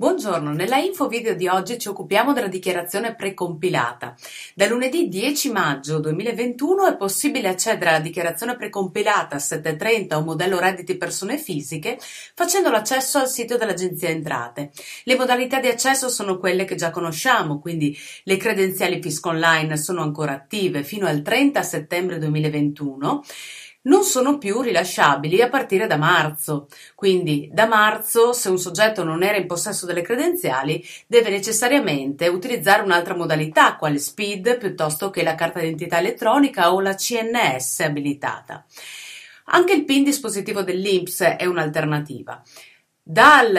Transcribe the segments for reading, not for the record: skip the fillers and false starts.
Buongiorno, nella info video di oggi ci occupiamo della dichiarazione precompilata. Da lunedì 10 maggio 2021 è possibile accedere alla dichiarazione precompilata 730 o modello redditi persone fisiche facendo l'accesso al sito dell'Agenzia Entrate. Le modalità di accesso sono quelle che già conosciamo, quindi le credenziali fisco online sono ancora attive fino al 30 settembre 2021. Non sono più rilasciabili a partire da marzo, quindi da marzo se un soggetto non era in possesso delle credenziali deve necessariamente utilizzare un'altra modalità, quale SPID piuttosto che la carta d'identità elettronica o la CNS abilitata. Anche il PIN dispositivo dell'INPS è un'alternativa. Dal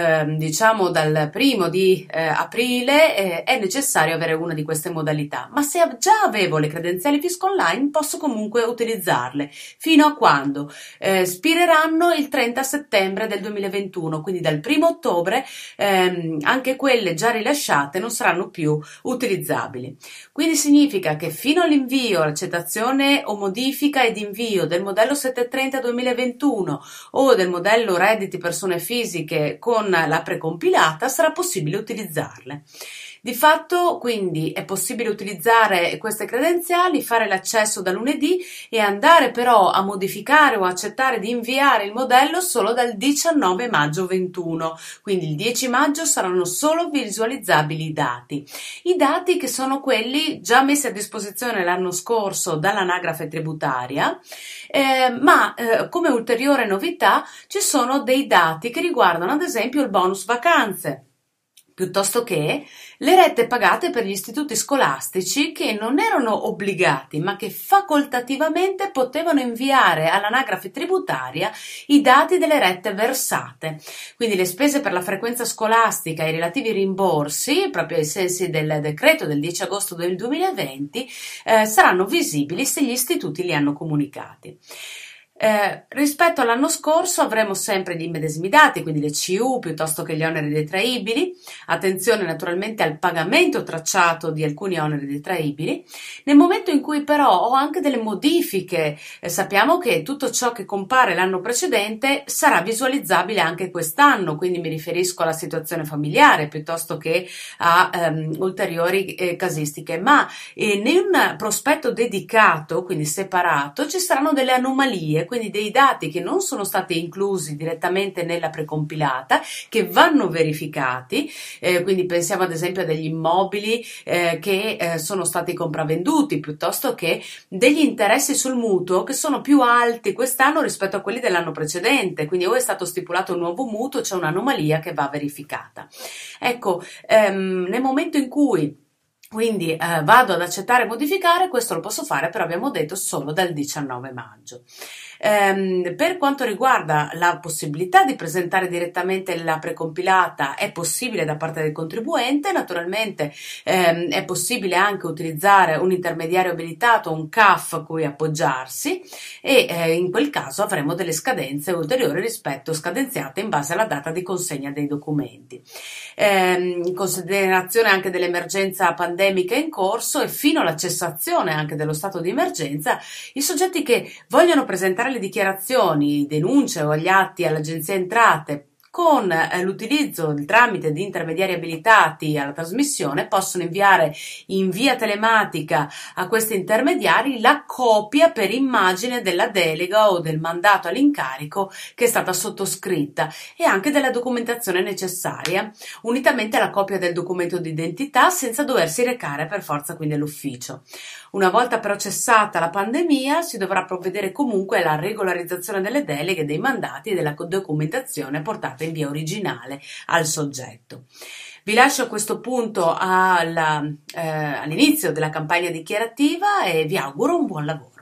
1° di aprile è necessario avere una di queste modalità, ma se già avevo le credenziali fisco online posso comunque utilizzarle fino a quando spireranno il 30 settembre del 2021, quindi dal 1° ottobre anche quelle già rilasciate non saranno più utilizzabili. Quindi significa che fino all'invio, accettazione o modifica ed invio del modello 730 2021 o del modello redditi persone fisiche con la precompilata sarà possibile utilizzarle. Di fatto quindi è possibile utilizzare queste credenziali, fare l'accesso da lunedì e andare però a modificare o accettare di inviare il modello solo dal 19 maggio 21, quindi il 10 maggio saranno solo visualizzabili i dati che sono quelli già messi a disposizione l'anno scorso dall'anagrafe tributaria, ma come ulteriore novità ci sono dei dati che riguardano ad esempio il bonus vacanze, piuttosto che le rette pagate per gli istituti scolastici che non erano obbligati ma che facoltativamente potevano inviare all'anagrafe tributaria i dati delle rette versate. Quindi le spese per la frequenza scolastica e i relativi rimborsi, proprio ai sensi del decreto del 10 agosto del 2020, saranno visibili se gli istituti li hanno comunicati. Rispetto all'anno scorso avremo sempre gli medesimi dati, quindi le CU piuttosto che gli oneri detraibili. Attenzione naturalmente al pagamento tracciato di alcuni oneri detraibili. Nel momento in cui però ho anche delle modifiche, sappiamo che tutto ciò che compare l'anno precedente sarà visualizzabile anche quest'anno, quindi mi riferisco alla situazione familiare piuttosto che a ulteriori casistiche, ma in un prospetto dedicato, quindi separato, ci saranno delle anomalie, quindi dei dati che non sono stati inclusi direttamente nella precompilata, che vanno verificati, quindi pensiamo ad esempio a degli immobili che sono stati compravenduti, piuttosto che degli interessi sul mutuo che sono più alti quest'anno rispetto a quelli dell'anno precedente, quindi o è stato stipulato un nuovo mutuo, c'è un'anomalia che va verificata. Ecco, nel momento in cui quindi vado ad accettare e modificare, questo lo posso fare, però abbiamo detto solo dal 19 maggio. Per quanto riguarda la possibilità di presentare direttamente la precompilata, è possibile da parte del contribuente, naturalmente è possibile anche utilizzare un intermediario abilitato, un CAF a cui appoggiarsi e in quel caso avremo delle scadenze ulteriori scadenziate in base alla data di consegna dei documenti. In considerazione anche dell'emergenza pandemica in corso e fino alla cessazione anche dello stato di emergenza, i soggetti che vogliono presentare le dichiarazioni, denunce o gli atti all'Agenzia Entrate con l'utilizzo del tramite di intermediari abilitati alla trasmissione possono inviare in via telematica a questi intermediari la copia per immagine della delega o del mandato all'incarico che è stata sottoscritta e anche della documentazione necessaria, unitamente alla copia del documento di identità senza doversi recare per forza quindi all'ufficio. Una volta però cessata la pandemia si dovrà provvedere comunque alla regolarizzazione delle deleghe, dei mandati e della documentazione portata in via originale al soggetto. Vi lascio a questo punto all'inizio della campagna dichiarativa e vi auguro un buon lavoro.